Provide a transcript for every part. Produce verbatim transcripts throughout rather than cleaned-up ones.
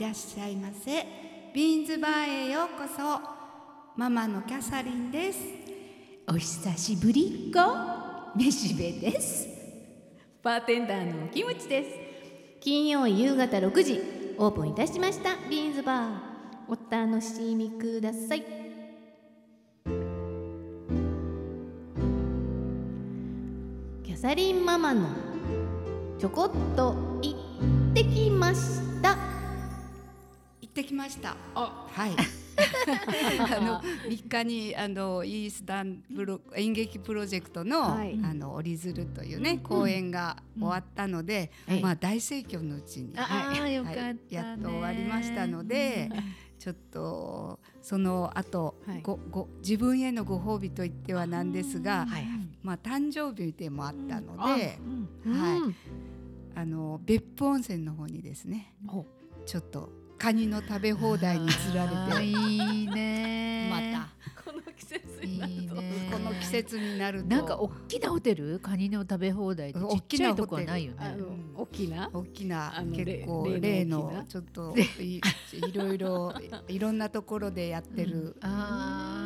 らっしゃいませ。ビーンズバーへようこそ。ママのキャサリンです。 お久しぶりっ子めしべです。バーテンダーのキムチです。金曜夕方ろくじオープンいたしましたビーンズバー、お楽しみください。キャサリンママのちょこっと行ってきました。 行ってきました。 あ、 はいあのみっかにあのイースタンブロ演劇プロジェクトの、はい、あの折り鶴というね、うん、公演が終わったので、うん、まあ大盛況のうちに、 はい、よかったね、 やっと終わりましたので、ちょっとその後、はい、ごご自分へのご褒美といってはなんですが、はい、まあ誕生日でもあったので、うん、はい、あの別府温泉の方にですね、ちょっとカニの食べ放題に釣られて、 いいね、 またこの季節になると、 いいね、この季節になるとなんか大きなホテル、カニの食べ放題ってちっちゃいとこはないよね。 大きな大きな結構例のちょっと い, いろいろいろんなところでやってる、うん、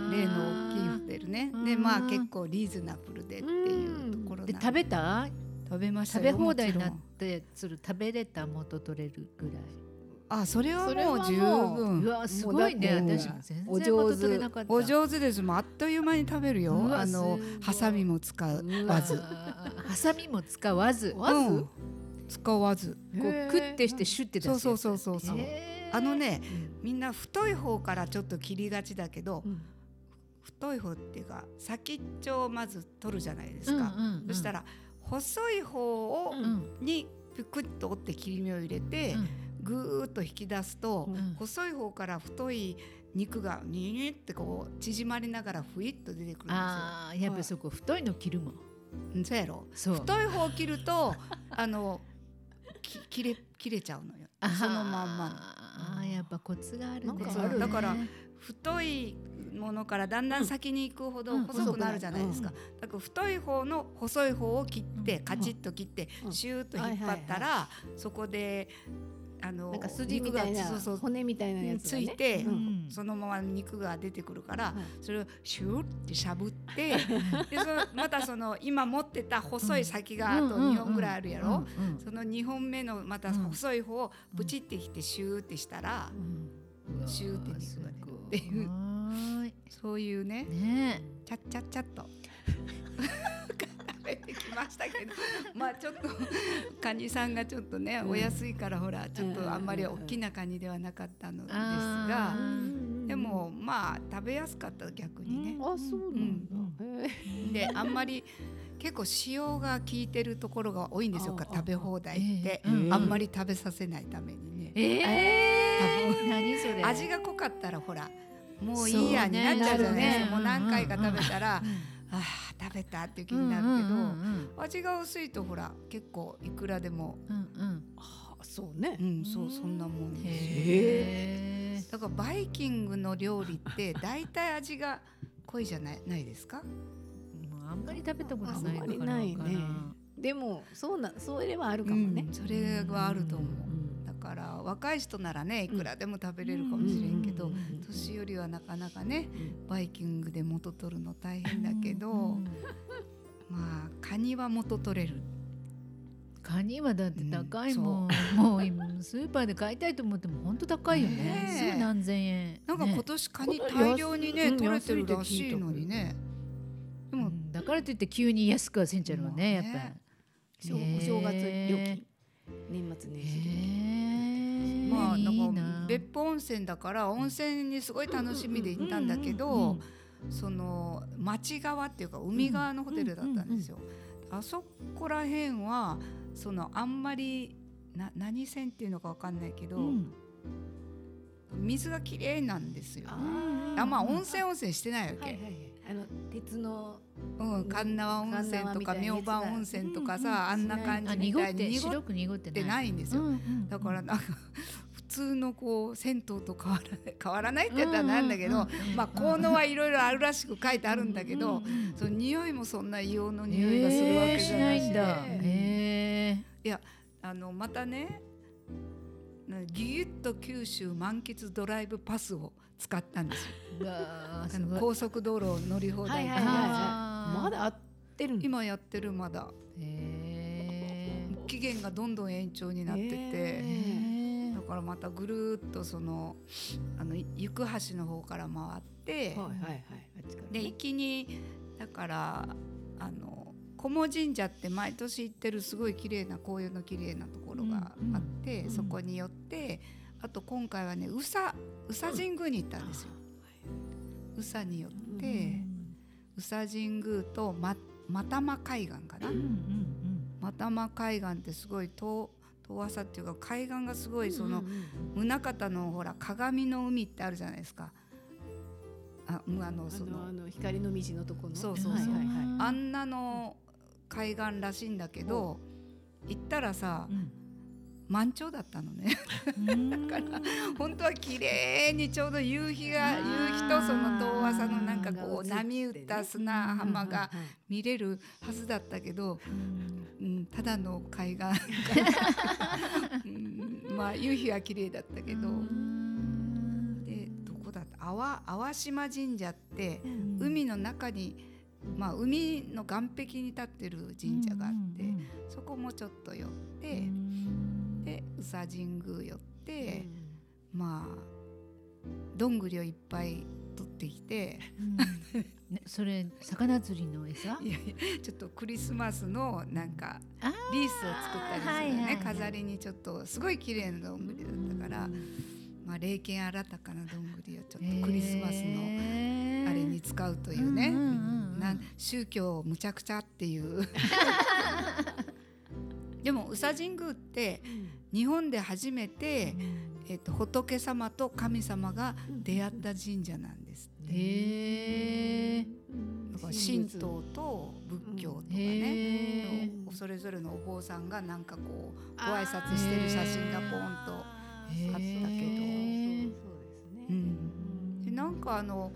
例の大きいホテルね。でまあ結構リーズナブルでっていうところなんで、 で食べた食べましたよ。食べ放題になってする食べれた、元取れるぐらい。 あ、それはもう十分。 うわ、すごいね。私も全然元取れなかった。 お上手です。もうあっという間に食べるよ。あのハサミも使わず、 ハサミも使わず、 わず、使わず、 こうクッてしてシュッて出す。 そうそうそうそうそう。あのね、みんな太い方からちょっと切りがちだけど、太い方っていうか先っちょをまず取るじゃないですか。そしたら細い方をにぷくっと折って切り目を入れて。ぐーっと引き出すと、うん、細い方から太い肉がニーってこう縮まりながらふいっと出てくるんですよ。 あー、やっぱそこ太いの切るもん。 そうやろ。そう、太い方を切るとあのき切れ切れちゃうのよ。そのまんまの。 あー、やっぱコツがあるね。 だから太いものからだんだん先に行くほど細くなるじゃないですか。だから太い方の細い方を切ってカチッと切ってシューッと引っ張ったら、そこであのなんか筋みたいな、そうそう、骨みたいなやつが、ね、 ついて、うん、そのまま肉が出てくるから、うん、それをシューってしゃぶってでそのまたその今持ってた細い先があとにほんぐらいあるやろ、うんうんうん、そのにほんめのまた細い方をブチってきてシューってしたら、うん、シューって肉が出るっていう、そういうね、ね、チャッチャッチャッと食べてきましたけどまあちょっとカニさんがちょっとね、うん、お安いからほらちょっとあんまり大きなカニではなかったのですが、でもまあ食べやすかった逆にね、うん、 あ、そうなんだ、 うん、であんまり結構塩が効いてるところが多いんですよ、食べ放題って、えー、あんまり食べさせないためにね、 えーえー、何それ。 味が濃かったらほらもういいやになっちゃうじゃないですか、ね、もう何回か食べたら、うんうんうん、あー食べたっていう気になるけど、うんうんうんうん、味が薄いとほら結構いくらでも、うんうん、 あ、そうね、 うん、そう、そんなもんですよ。 へー、だからバイキングの料理って大体味が濃いじゃない、ないですか。 あんまり食べたことないのかな。 ないね。でもそうな、それはあるかもね、 うん、それはあると思う、うん、だから若い人ならねいくらでも食べれるかもしれんけど、うん、年寄りはなかなかね、うん、バイキングで元取るの大変だけど、うん、まあカニは元取れる。 カニはだって高いもん、うん、もう今スーパーで買いたいと思っても本当高いよね。すぐ何千円。 なんか今年カニ大量にね、取れてるらしいのにね。 でも、うん、だからといって急に安くはせんちゃうのね、やっぱり。 お正月料金、年末年始で、まあなんか別府温泉だから温泉にすごい楽しみで行ったんだけど、その町側っていうか海側のホテルだったんですよ。あそこら辺はそのあんまりな何線っていうのか分かんないけど、うん、水がきれいなんですよ。ああ、まあ温泉温泉してないわけ、はいはいはい、 あの鉄の、 うん、神縄温泉とか明晩温泉とかさ、うんうん、あんな感じみたいに濁って濁ってないんですよ、うんうんうん、だからなんか普通のこう銭湯と変わらない変わらないって言ったらなんだけど、うんうんうん、まあ効能はいろいろあるらしく書いてあるんだけど、うんうん、その匂いもそんな硫黄の匂いがするわけじゃないし、 えー、しないんだ。へー、いやあのまたねギュギュッと九州満喫ドライブパスを使ったんですよ。 うわーあすごいの高速道路乗り放題、 はいはいはいあーまだ合ってるん今やってるまだへー期限がどんどん延長になってて、 へーだからまたぐるーっとそのあの行橋の方から回って、 はいはいはいあっちからねで行きにだからあの小茂神社って毎年行ってるすごい綺麗な紅葉の綺麗なところがあって、 うんうんそこに寄って、あと今回はね宇佐宇佐神宮に行ったんですよ。宇佐に寄って宇佐神宮とま又間海岸かな、 うんうん又間海岸ってすごい遠遠浅っていうか海岸がすごいそのうんうん宗像のほら鏡の海ってあるじゃないですか。ああのそのあのあの光の道のところそうそうそうはいはいはいあんなの海岸らしいんだけど、行ったらさうん満潮だったのね。 うんだから本当は綺麗にちょうど夕日があー夕日とその遠浅のなんかこうが映ってね波打った砂浜がはい見れるはずだったけど、 うんうん、ただの海岸、うん、まあ夕日は綺麗だったけど、でどこだった淡淡島神社って海の中に、まあ、海の岸壁に立ってる神社があって、そこもちょっと寄って、で宇佐神宮寄って、まあどんぐりをいっぱい取ってきてうんねそれ魚釣りの餌いやいやちょっとクリスマスのなんかあーリースを作ったりするのね、 はいはいはい飾りにちょっとすごい綺麗などんぐりだったから、まあ、霊験新たかなどんぐりをちょっとクリスマスのあれに使うというね、 うんうんうんうんなん宗教むちゃくちゃっていうでも宇佐神宮って日本で初めて、えっと、仏様と神様が出会った神社なんですって。 へえだから神道と仏教とかへね、 ーそれぞれのお坊さんがなんかこうご挨拶してる写真がポンとあへーあったけど、 そうですねうん、でなんかあの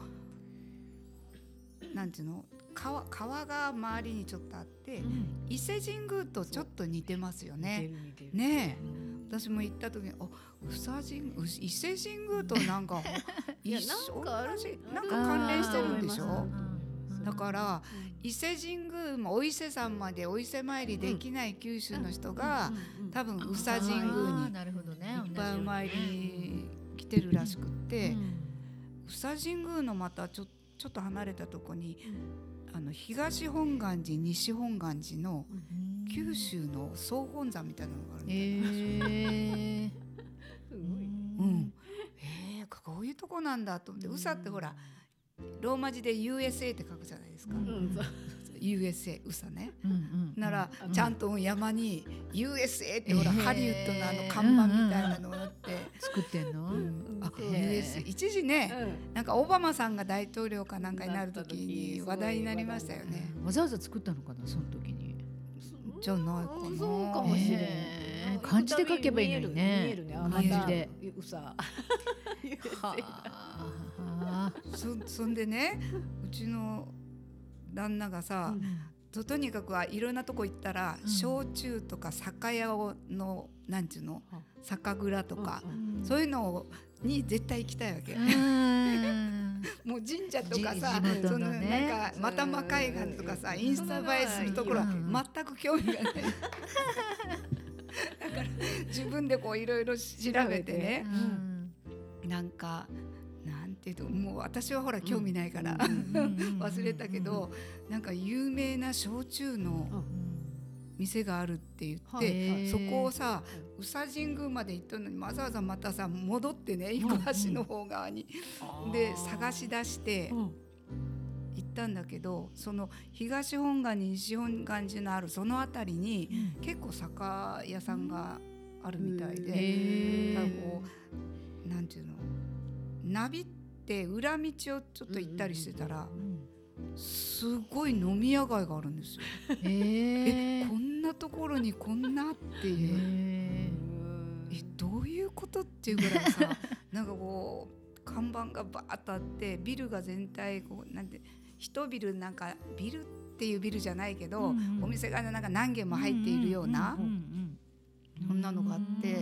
なんていうの川、川が周りにちょっとあって伊勢神宮とちょっと似てますよね。 似てる似てるねえ私も行った時にあ宇佐神宮伊勢神宮となんかいや一緒なんかある同じなんか関連してるんでしょあー思いまだから伊勢神宮もお伊勢さんまでお伊勢参りできない九州の人が多分宇佐神宮になるほどねいっぱいお参りに来てるらしくって宇佐神宮のまたちょ、ちょっと離れたとこにあの東本願寺西本願寺の九州の総本山みたいなのがあるんだよね。 へえすごいうん、えー、こういうとこなんだと思って宇佐ってほらローマ字で ユーエスエー って書くじゃないですか、 うんそうユーエスエー 宇佐ね、 うんうんならうんちゃんと山に ユーエスエー ってほら、 えーハリウッドのあの看板みたいなのがあって、 作ってんのうんあそうユーエスエー 一時ね、 うんなんかオバマさんが大統領かなんかになる時になった時話題になりましたよね。 わざわざ作ったのかなその時にじゃないかな。 そうかもしれんへー漢字で書けばいいのにね見えるねあ漢字でうさはあそそんでねうちの旦那がさ、ととにかくはいろんなとこ行ったら、 うん焼酎とか酒屋をのなんちゅうの酒蔵とか、 うんそういうのに絶対行きたいわけ、 うんもう神社とかさ、 じ地元そののねなんか又間海岸とかさ、 うんインスタ映えするところはうん全く興味がないだから自分でこういろいろ調べてね、なんかなんていうのもう私はほら興味ないから、忘れたけど、なんか有名な焼酎の店があるって言って、 はいそこをさ宇佐神宮まで行ったのにわざわざまたさ戻ってね行橋の方側に、で探し出して行ったんだけど、その東本願寺西本願寺のあるその辺りに結構酒屋さんがあるみたいで、 へだからこうなんていうのナビって裏道をちょっと行ったりしてたら、すごい飲み屋街があるんですよ。 へえこんなところにこんなっていう、えどういうことっていうぐらいさなんかこう看板がバーッとあってビルが全体こうなんて一ビルなんかビルっていうビルじゃないけど、 うんうんお店がなんか何軒も入っているような、そんなのがあって、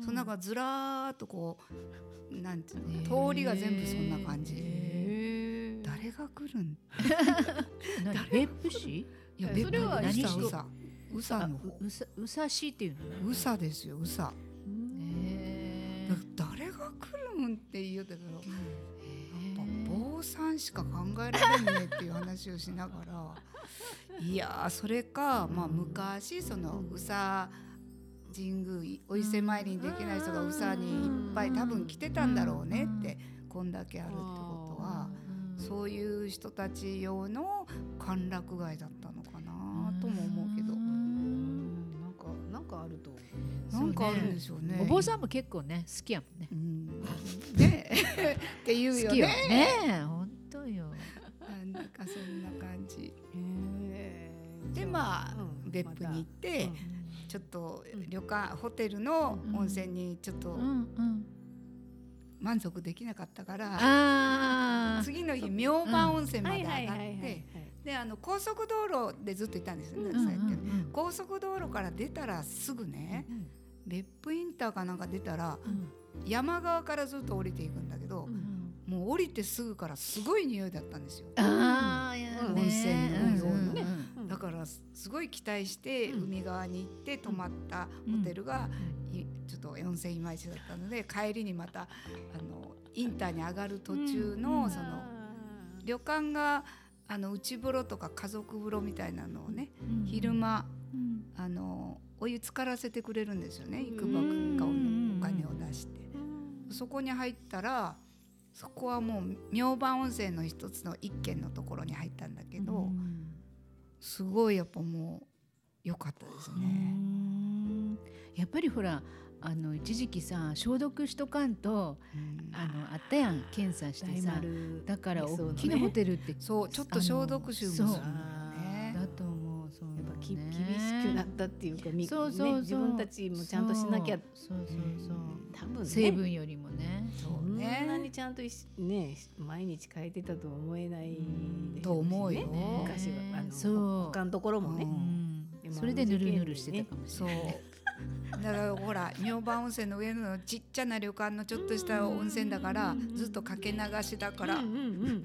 その中ずらーっとこうなんていうの、通りが全部そんな感じ。誰が来るん？ 別府市？ いや、 それは宇何佐宇佐宇佐の方。 うさうさ市っていうの？ 宇佐ですよ、宇佐。 へだ誰が来るんって言うたけど、やっぱ坊さんしか考えられんねっていう話をしながら、いやーそれか、まあ昔その宇佐神宮お伊勢参りにできない人が宇佐にいっぱい多分来てたんだろうねって、こんだけあるってことは、そういう人たち用の歓楽街だったのかなとも思うけど、 なんかなんかあるとなんかあるんでしょうね。 お坊さんも結構ね好きやもんね。 うん、ねって言うよね。 好きよね。本当よ。 なんだかそんな感じ。 へーでまあ、 うん別府に行って、 またちょっと旅館ホテルの温泉にちょっとうんうん。 満足できなかったから、 ああ。 次の日明晩温泉まで上がっはいはいはいはいはいて、であの高速道路でずっと行ったんですよね。 うんうんそうやってうん高速道路から出たらすぐね、別府インターかなんか出たら山側からずっと降りていくんだけど、もう降りてすぐからすごい匂いだったんですよ。 ああ、いやね温泉のようなねうんうんだからすごい期待して海側に行って泊まったホテルがいちょっと温泉いまいちだったので、帰りにまたあのインターに上がる途中のその旅館があの内風呂とか家族風呂みたいなのをね、 うん昼間うんあのお湯浸からせてくれるんですよね。行くばっかお金を出して、そこに入ったらそこはもう明晩温泉の一つの一軒のところに入ったんだけど、 うんすごいやっぱもう良かったですうね。 んやっぱりほらあの一時期さ消毒しとかんとうんあのあったやん検査してさ、だから大きなホテルってそうちょっと消毒臭もするんだよね。 だと思う。そうやっぱきね厳しくなったっていうか、みそうそうそうね、自分たちもちゃんとしなきゃ、 そうそうそう多分ね成分よりもねそんなにちゃんといしね毎日変えてたとは思えないでしょうしね、 と思うよ昔はあのそう他のところもね、 ううんでもそれでぬるぬるしてたかもしそうれない。 だからほら明晩温泉の上のちっちゃな旅館のちょっとした温泉だからずっとかけ流しだからうんうんうんうんうん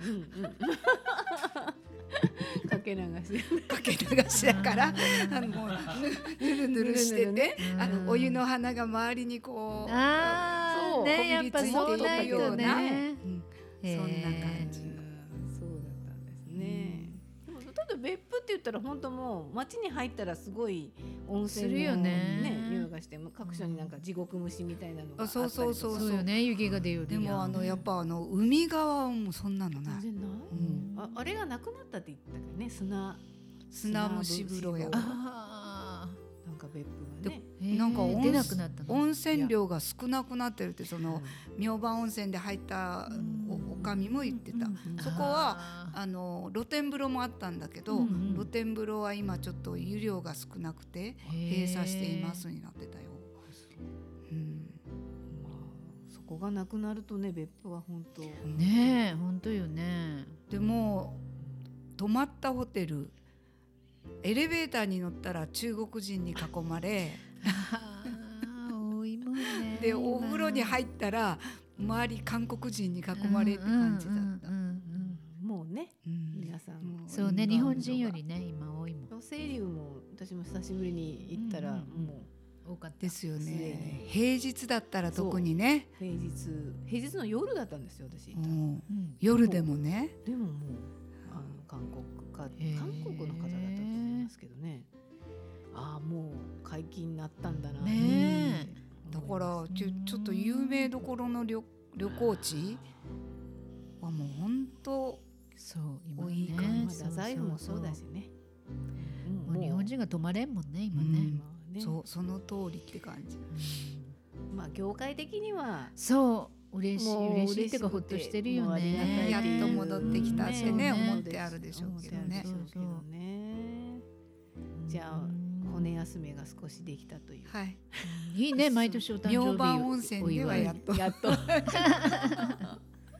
かけ流しかけ流しだからあのもうぬるぬるしててあのお湯の花が周りにこうあそうあねやっぱそうないとね。 うんへーそんな感じそうだったんですね。でもただ別府って言ったら本当もう街に入ったらすごい温泉のするよね匂いがして各所になんか地獄虫みたいなのがあったりとか。 あそうそうそうよね湯気が出よるでやん。 もあのやっぱあの海側はもうそんなのない全然ない。 うんああれがなくなったって言ったからね砂砂蒸し風呂やあなんか別府がね。 ーなんか温へー出なくなったの。 温泉量が少なくなってるってその明晩温泉で入ったおおかみも言ってた。そこはああの露天風呂もあったんだけど、 うんうん露天風呂は今ちょっと湯量が少なくてー閉鎖していますになってたよ。うんまあそこがなくなるとね別府は本当。 ねえ本当よね。 でも泊まったホテルエレベーターに乗ったら中国人に囲まれあー多いもんね。 でお風呂に入ったら周り韓国人に囲まれって感じだった。 うんうんうんうんもうねうん皆さんもうそうね今日本人よりね今多いもん。 清流も私も久しぶりに行ったら、 うんうんうんも多かったですよすでねに。 平日だったら特にね、 う平日平日の夜だったんですよ私行ったの、 うんうん夜でもね。 でももうあの韓国かへー韓国の方だったと思いますけどねああもう解禁になったんだなってねだ思いますからちょちょっと有名どころの旅旅行地はもう本当そう今多いかねもまあ太宰府もそうだしねうんもう日本人が泊まれんもんね今うんね。 まあねそうその通りって感じ。 まあ業界的にはそう嬉しいもう嬉しいっていうか嬉しくてほっとしてるよもうありがたいね。 やっと戻ってきたってねね思ってあるでしょうけどね思ってあるでしょうけどねじゃあ骨休めが少しできたというはい。 いいね毎年お誕生日明晩温泉ではやっとやっと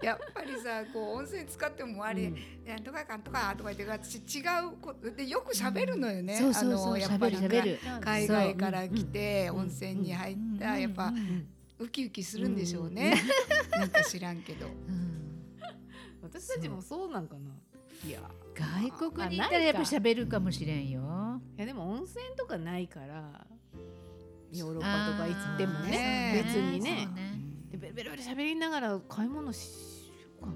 やっぱりさこう温泉使ってもあれ、 うんなんとかかんとかとか言って私違うことでよく喋るのよね、 そうそうそうあのやっぱり喋る喋る海外から来てそう温泉に入ったうんやっぱうんウキウキするんでしょうね、なんか知らんけど。 うん私たちもそうなんかないや外国に行ったらやっぱ喋るかもしれんよ。 いやでも温泉とかないからヨーロッパとか行ってもあーね別にそねうねでベラベラベラ喋りながら買い物しようかな。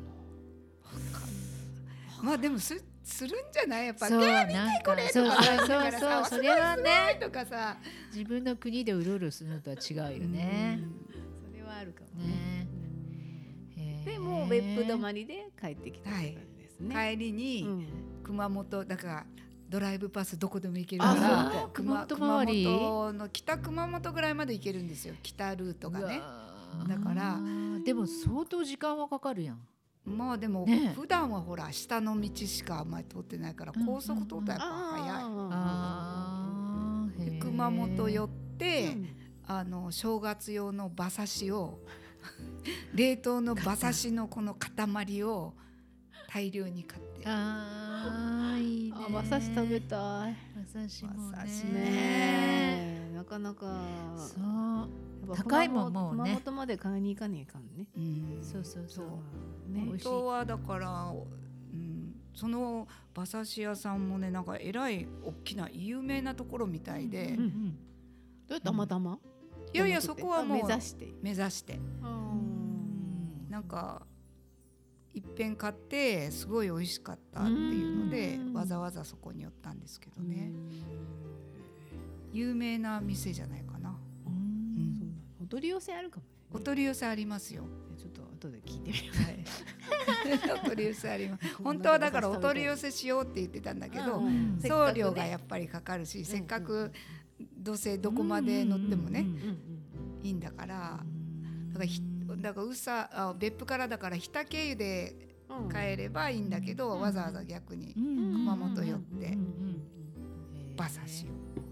まあでもすするんじゃないやっぱそうねなんかこれそうとかそうそうだからさそうそれはねとかさ、 自分の国でうろうろするのとは違うよね。 それはあるかもね。 ねうんへーでもう別府泊まりで帰ってきたって感じですね。 帰りにうん熊本だからドライブパスどこでも行けるあからそう熊熊本周り熊本の北熊本ぐらいまで行けるんですよ、北ルートがね。 うわーだからでも相当時間はかかるやん。 まあでもね普段はほら下の道しかあんまり通ってないからうん高速通ったらやっぱ早い。 あーへーで熊本寄って、 うんあの正月用の馬刺しを冷凍の馬刺しのこの塊を大量に買ってあーいいね。 あ馬刺し食べたい。 馬刺しも馬刺しね。 ねえなかなかそうやっぱ高いもんもうね熊本まで買いに行かねえかんね。 うんそうそうそう。 ね本当はだから、うん、その馬刺し屋さんもねなんかえらい大きな有名なところみたいで、 うんうんどうやってたまたま？ いやいやそこはもうあ目指して。 目指してなんかいっぺん買ってすごい美味しかったっていうのでうんわざわざそこに寄ったんですけどね、有名な店じゃないかな。 ううんんそうなのお取り寄せあるかもね。 お取り寄せありますよ。 ちょっと後で聞いてみる。 はい、お取り寄せあります。本当はだからお取り寄せしようって言ってたんだけど、 うんうんせっかくね送料がやっぱりかかるし、せっかうんくどうせどこまで乗ってもね、 うんうんうんいいんだから、だからひだから宇佐あ別府からだから日田経由でうん帰ればいいんだけど、わざわざ逆にうん熊本寄ってうんうん馬刺し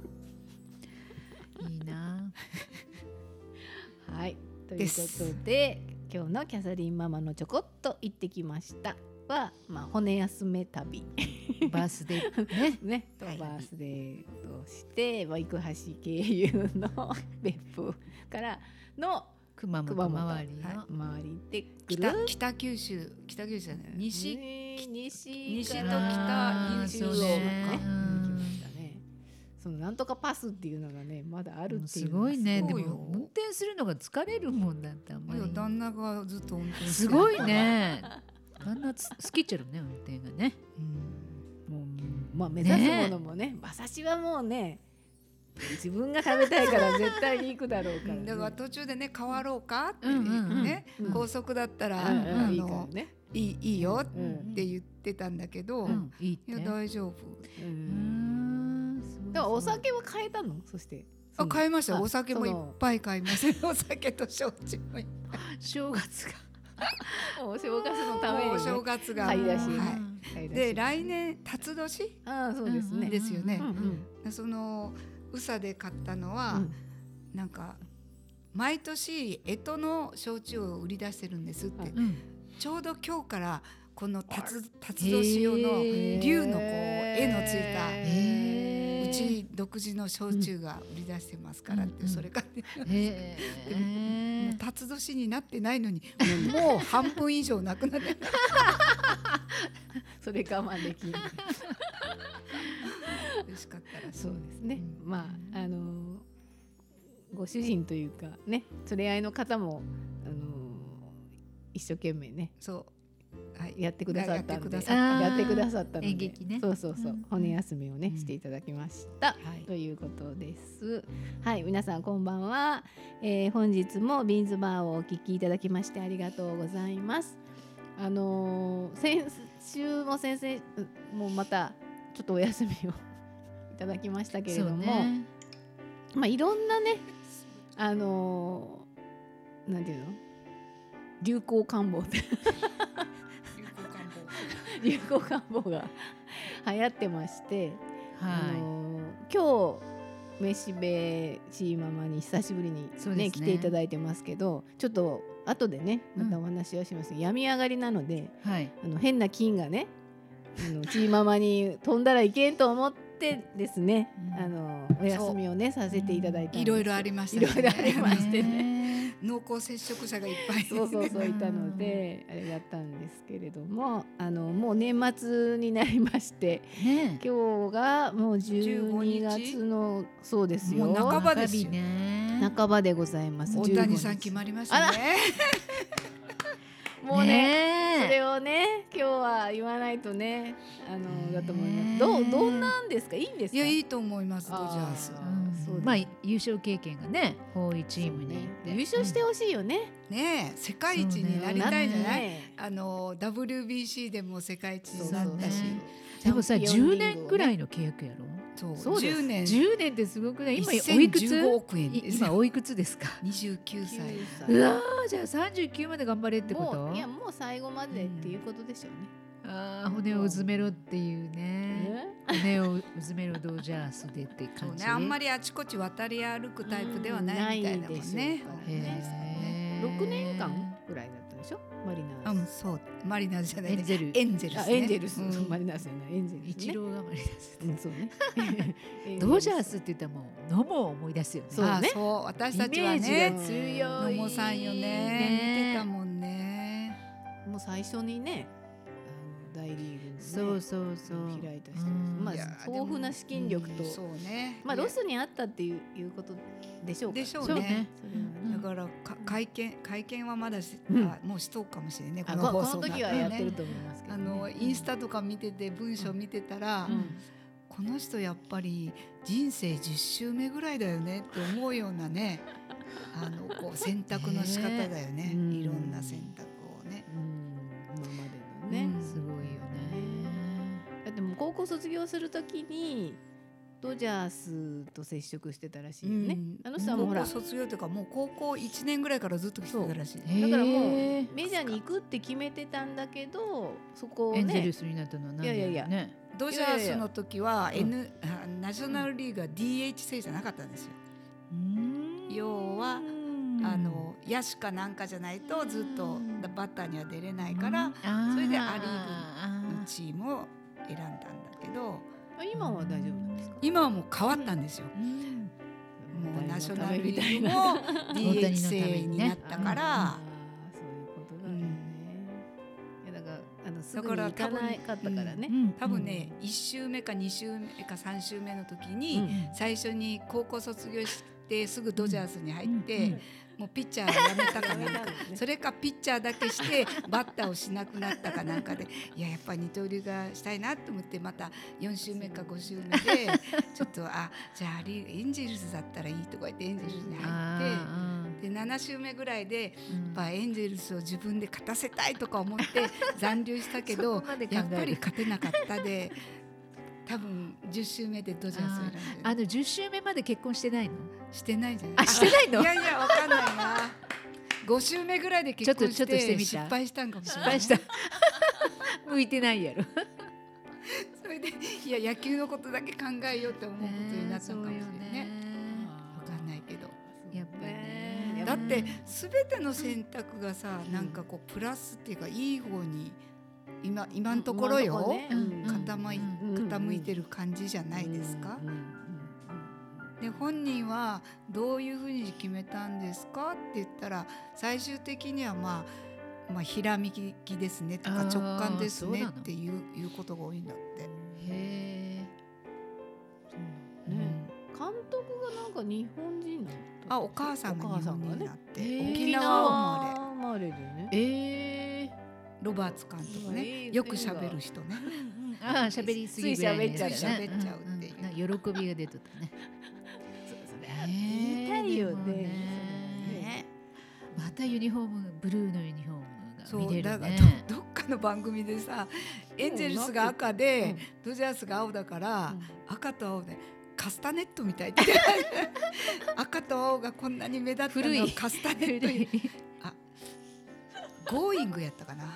を。 いいな。 はいということで今日のキャサリンママのちょこっと行ってきましたは、まあ、骨休め旅バースデーね。 ね、とはいバースデーとして、まあ、生橋経由の別府からの熊本熊本周りの。 は周りでぐる北っ北九州北九州じゃない西、 ね西西とから北西をそうねね行きましたね。そのなんとかパスっていうのがねまだあるっていうすのがごいね。 そうよでも運転するのが疲れるもんだってあんまり。 旦那がずっと運転してるすごいね。旦那つ好きっちゃろね運転がね。 うんもうまあ目指すものもね馬刺しはもうね自分が食べたいから絶対に行くだろうから、ね、 だから途中でね変わろうかっていううんうんうんね、 うん高速だったら、 うんうんあいいからのね、 いいいいよっうんて言ってたんだけど、 うんいいって。 いや大丈夫。 う、 うんんすごいだからお酒は買えたのそしてあ買いましたよ。 あお酒もいっぱい買いました。お酒と焼酎もいっ正月が。 お正月のために、ね、 お正月が買い出しもうは買い出しい、で来年辰年ああそうですね、 ですよねうんうんその宇佐で買ったのは、 うんなんか毎年干支の焼酎を売り出してるんですって、 うんちょうど今日からこの辰辰年用の竜のこう絵のついたへーうち独自の焼酎が売り出してますからって、 うんそれから、 へえ。 もう辰年になってないのにもう半分以上なくなってるそれ我慢できない美味しかったらそうですね、 うんまああのーご主人というかね連れ合いの方も、あのー一生懸命ねそう、はい、 やってくださったんでやってくださったやってくださったので演劇ねそうそうそう、 うん骨休めをね、 うんしていただきました、 はいということですはい皆さんこんばんは、えー本日もビーンズバーをお聞きいただきましてありがとうございますあのー先週も先生もうまたちょっとお休みをいただきましたけれどそうも、 ね。 まあいろんなねあのーなんていうの流行感冒って流行感冒が流行ってまして、あはのー今日めしべちーママに久しぶりにねそうですね来ていただいてますけどちょっと後でねまたお話はします、うん、病み上がりなので、 はい、 あの変な菌がねあのチーママに飛んだらいけんと思ってですね、うん、あのお休みをねさせていただいたんです。 いろいろありましたね。 いろいろありましてね濃厚接触者がいっぱいそうそうそういたのであれだったんですけれども、あのもう年末になりまして、ね、今日がもうじゅうにがつのそうですよ、 もう半ばですよ、 ね、半ばでございます。 大谷さん決まりましたねもうね、それをね今日は言わないとねあのだと思います。どうどんなんですか、いいんですか。 いやいいと思います。ドジャース、 うん、まあ優勝経験がね多いチームに、ね、 優勝してほしいよね。 ねえ世界一になりたいじゃない、ね、あの ダブリュービーシー でも世界一になったし、ね、 でもさじゅうねんぐらいの契約やろ。 そうそうです。 じゅうねんじゅうねんってすごくない。今おいくつ？ せんじゅうごおくえんです。 今おいくつですか？ にじゅうきゅうさい。 うわー、じゃあさんじゅうきゅうまで頑張れってこと？ もういやもう最後までっていうことでしょうね。 うん、ああ骨をうずめろっていうね。骨をうずめろドジャースでって感じ。 そうね、あんまりあちこち渡り歩くタイプではないみたいだもんね。 ろくねんかんぐらいだったでしょ。マリナーズ。 うん、そうマリナーズじゃない、 エンゼルエンゼルス、ね、 エンゼルス、うん、マリナーズじゃないエンゼルス、ね、 イチローがマリナーズ、 うん、そうねドジャースって言ったらもうノモを思い出すよね。 そうね、そう私たちはねイメージが強い野茂さんよね、 ね見てたもんね。 もう最初にねあの大リーグに、ね、 そうそうそう開いた人です、うん、まあ豊富な資金力と、うん、 そうね、 まあロスにあったっていういうことでしょうか。 でしょうね。 そうね、 だからか会見会見はまだし、 うん、 あもうしとうかもしれない、ね、 この放送、ね、この時はやってると思いますけど、ね、 あのインスタとか見てて文章見てたら、うん、この人やっぱり人生じゅっしゅうめぐらいだよねって思うようなねあのこう選択の仕方だよね、いろんな選択をね、 うん、今までのね、 うん、 すごいよね。 だってもう高校卒業するときにドジャースと接触してたらしいよね、うん、あの人はもうほら高校卒業というかもう高校いちねんぐらいからずっと来てたらしい。 だからもうメジャーに行くって決めてたんだけど、そこをねエンゼルスになったのは何年、ね、いやいやいやドジャースの時は N、うん、ナショナルリーグは ディーエイチ 制じゃなかったんですよ。うん要はあの野手かなんかじゃないとずっとバッターには出れないから、それでアリーグのチームを選んだんだけど、 今は大丈夫なんですか？ 今はもう変わったんですよ、うん、もうナショナルリーグも ディーエイチ 制になったからそういうことだよね、うん、いやだからあのすぐに行かなかったからね、 うん、多分ね、うん、いち周目かに周目かさん周目の時に、うん、最初に高校卒業してすぐドジャースに入って、うんうん、もうピッチャーをやめたかなんかそれかピッチャーだけしてバッターをしなくなったかなんかでいややっぱり二刀流がしたいなと思ってまたよん周目かご周目でちょっとあじゃあエンジェルスだったらいいとか言ってエンジェルスに入ってでなな周目ぐらいでやっぱエンジェルスを自分で勝たせたいとか思って残留したけどやっぱり勝てなかったで多分じゅっ周目でドジャースを選んでる。 あのじゅっ周目まで結婚してないの？ してないじゃない。 あしてないの？ いやいやわかんないな。ご周目ぐらいで結婚して失敗したんかもしれない。 失敗した向いてないやろそれでいや野球のことだけ考えようって思うことになったかもしれないね。わかんないけどやっぱりねだってすべての選択がさなんかこうプラスっていうかいい方に今今のところよ、ねうん、傾い、傾いてる感じじゃないですか、うんうんうん、で本人はどういうふうに決めたんですかって言ったら最終的にはまあ、まあ、ひらめきですねとか直感ですねっていう、いうことが多いんだって。 へー、ねうん、監督がなんか日本人なの？ あお母さんが日本人になって、 ね、 沖縄生まれでね。 えーロバーツ監督ね、よく喋る人ね。 ああ喋りすぎぐらい喋っちゃうっていう。 喜びが出とったね。 それ言いたいよね。 またユニフォームブルーのユニフォームが見れるね。 だからどっかの番組でさ、エンジェルスが赤でドジャースが青だから赤と青で。カスタネットみたいって赤と青がこんなに目立ったのはカスタネットにあゴーイングやったかな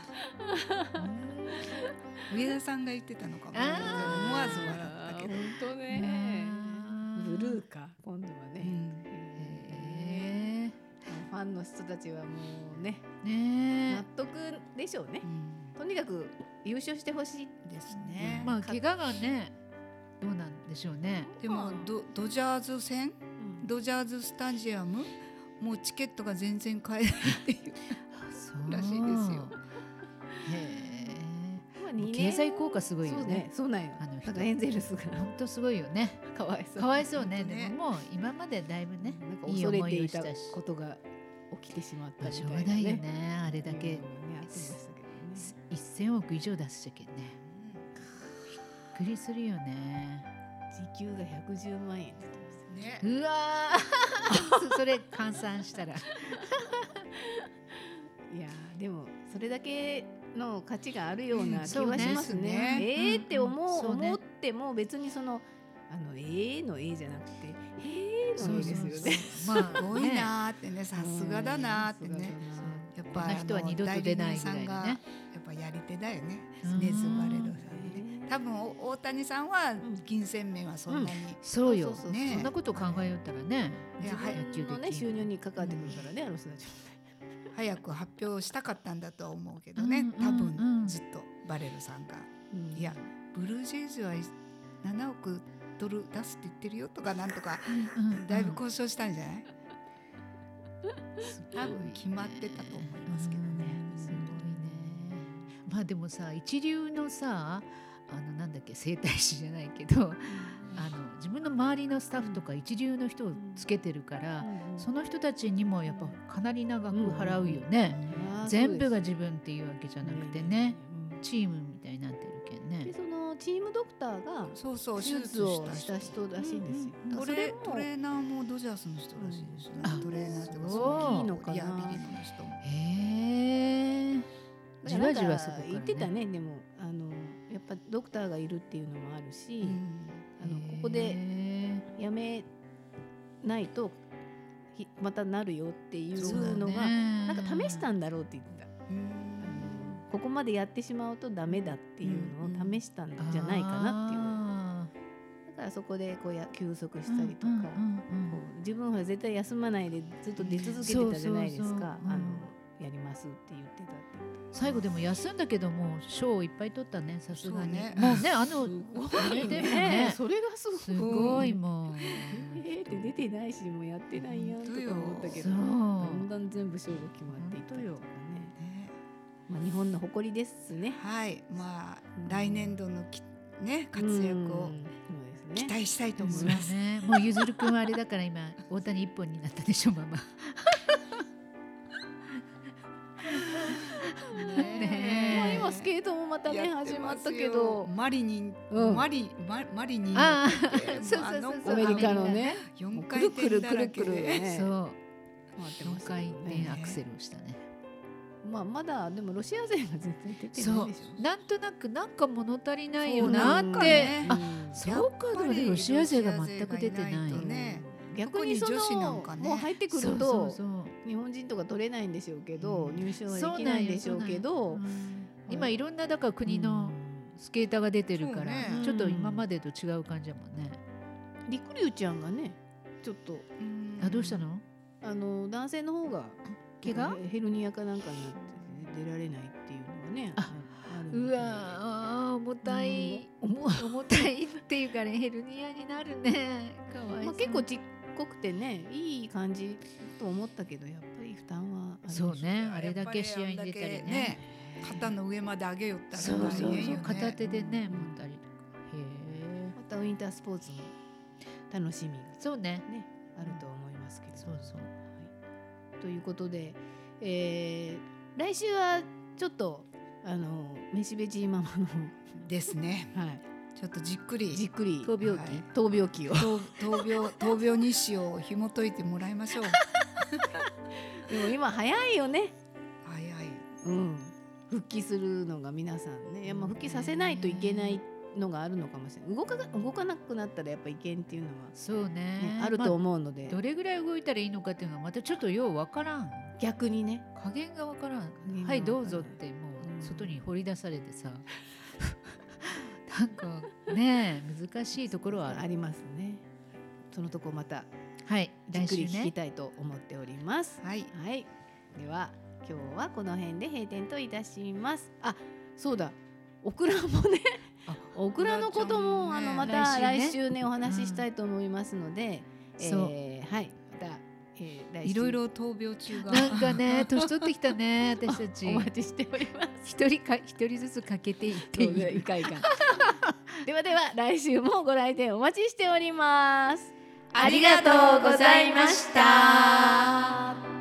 上田さんが言ってたのかも思わず笑ったけど本当ねブルーか今度はね、うん、 えー、ファンの人たちはもうねね納得でしょうね、 うんとにかく優勝してほしい。 ですね。 まあ怪我がねどうなんでしょうね。 でもドドジャーズ戦、 うんドジャーズスタジアムもうチケットが全然買えないっていうそうらしいですよ。 へまあえ。 にねん経済効果すごいよそうね。 そうなんよ。 あの人だからエンゼルスが本当すごいよね。 かわいそう。 かわいそうね。 本当ねでももう今までだいぶねなんかいい恐れ思ていたいをしたし。 ことが起きてしまったまあみたいなしょうがないよね。 ね。あれだけうんねあってましたけどね。 せんおく以上出すじゃけんね。びっくりするよね。 時給がひゃくじゅうまんえんって言ってました。 ね、 うわーそそれ換算したらいやーでもそれだけの価値があるような気はしますうんそうね。 ねえーって思う、 うんうんそうね思っても別にそのあのえーのえーじゃなくてへーのえーですよね。 まあすごいなーってね、さすがだなーってね。やっぱこんな人は二度と出ないぐらいのねあの代理人さんがやっぱやり手だよね。 うんネズバレロさんね。多分お大谷さんは金銭面はそんなに、 そうよ。 そうそうそうねそんなこと考えよったらね。 いやはい野球のねでき収入に関わってくるからね、あの人たちも。 早く発表したかったんだとは思うけどね。 うんうん多うん分ずっとバレルさんが、 うんいやブルージェイズはななおくドル出すって言ってるよとかなんとかだいぶ交渉したんじゃない？多分決まってたと思いますけどね。 すごいね。まあでもさ一流のさあのなんだっけ整体師じゃないけど、あの自分の周りのスタッフとか一流の人をつけてるから、その人たちにもやっぱかなり長く払うよね。全部が自分っていうわけじゃなくてね、チームみたいになってるけんね。 でそのチームドクターがそうそう手術をした人らしいんですよ。 トそれもレトレーナーもドジャースの人らしいですよね。 あトレーナーとかそういいいのかなリハビリの人も。 へえ。じわじわそこからね。 言ってたね。でもあのやっぱドクターがいるっていうのもあるし、あのここでやめないとひまたなるよっていうのがなんか試したんだろうって言ってた。ここまでやってしまうとダメだっていうのを試したんじゃないかなっていう。だからそこでこうや休息したりとか、こう自分は絶対休まないでずっと出続けてたじゃないですそうそうそうか。 うんあのやりますって言ってたって言って。 最後でも休んだけども賞をいっぱい取ったね、さすがに。 そうねもうねあのあれでもねそれがすごい。 すごいもん。 えーって出てないしもうやってないやんとか思ったけど、 そうだんだん全部賞が決まっていったりとかね。 ねまあ日本の誇りですね。 はい、まあうん来年度のきね活躍をうんそうですね。 期待したいと思いそうます。 ね。もうゆずるくんはあれだから今大谷一本になったでしょママ。ねまあ今スケートもまたねやって始まったますよけど、 マリニン、 うんマリママリニンああってそうそうそうあの子アメリカのね、 四く回るくる転だらけくるくるで、 ねそう回って四ましたけ回どね転アクセルをしたね。 まあまだでもロシア勢が絶対出てそうないでしょ。 なんとなくなんか物足りないよそうななんかってね。 あうんそうかでもねロシア勢が全く出てない。 ロシア勢がいないとね逆にそ特に女子なのんかねもう入ってくそうるとそうそう日本人とか取れないんでしょうけど、 うん入賞はそうできないんでしょうけど、 うん今いろんなだから国のスケーターが出てるから、 そうねちょっと今までと違う感じだもんね。 りくりゅうちゃんがねちょっとうんあどうしたの？ あの男性の方が怪我ヘヘルニアかなんかになって出られないっていうのがねああるみたいでうわあー重たい、 うん重い重たいっていうかねヘルニアになるね。かわいそう。 まあ、結構ちっこくてねいい感じと思ったけどやっぱり負担はあるでしょそうねあれだけ試合に出たりやっぱりあんだけね。 肩の上まで上げよったらそうそうそう大変よね片手でねうん持ったりとか。へまたウィンタースポーツも楽しみがえ。そうね。 ねあると思いますけど、 そうそう。 はい、ということで、えー来週はちょっとあのめしべちママの、 ですね。 はい、 ちょっとじっくりじっくり闘病記はい闘病記を闘闘病闘病日誌を紐解いてもらいましょう。 でも今早いよね、 早い。 うん、復帰するのが皆さんね、いやまあ復帰させないといけないのがあるのかもしれない。動かが動かなくなったらやっぱいけんっていうのは、 そうねね。あるとま思うので、 どれぐらい動いたらいいのかっていうのはまたちょっとようわからん。 逆にね加減がわからん。 減がはいどうわからないぞってもうんう外に放り出されてさ、なんかね難しいところはある。 ありますね。そのとこまたはいじっくり来週ね聞きたいと思っております。 はいはい、では今日はこの辺で閉店といたします。あ、そうだ、オクラもねあオクラのことも、 オクラちゃんもねあのまた来週ね来週ねお話ししたいと思いますので、 そうえーはい、また、えー、来週いろいろ闘病中がなんかね年取ってきたね私たちお待ちしております。 一人か一人ずつかけていっていそうねいるかいかんではでは来週もご来店お待ちしております。 ありがとうございました。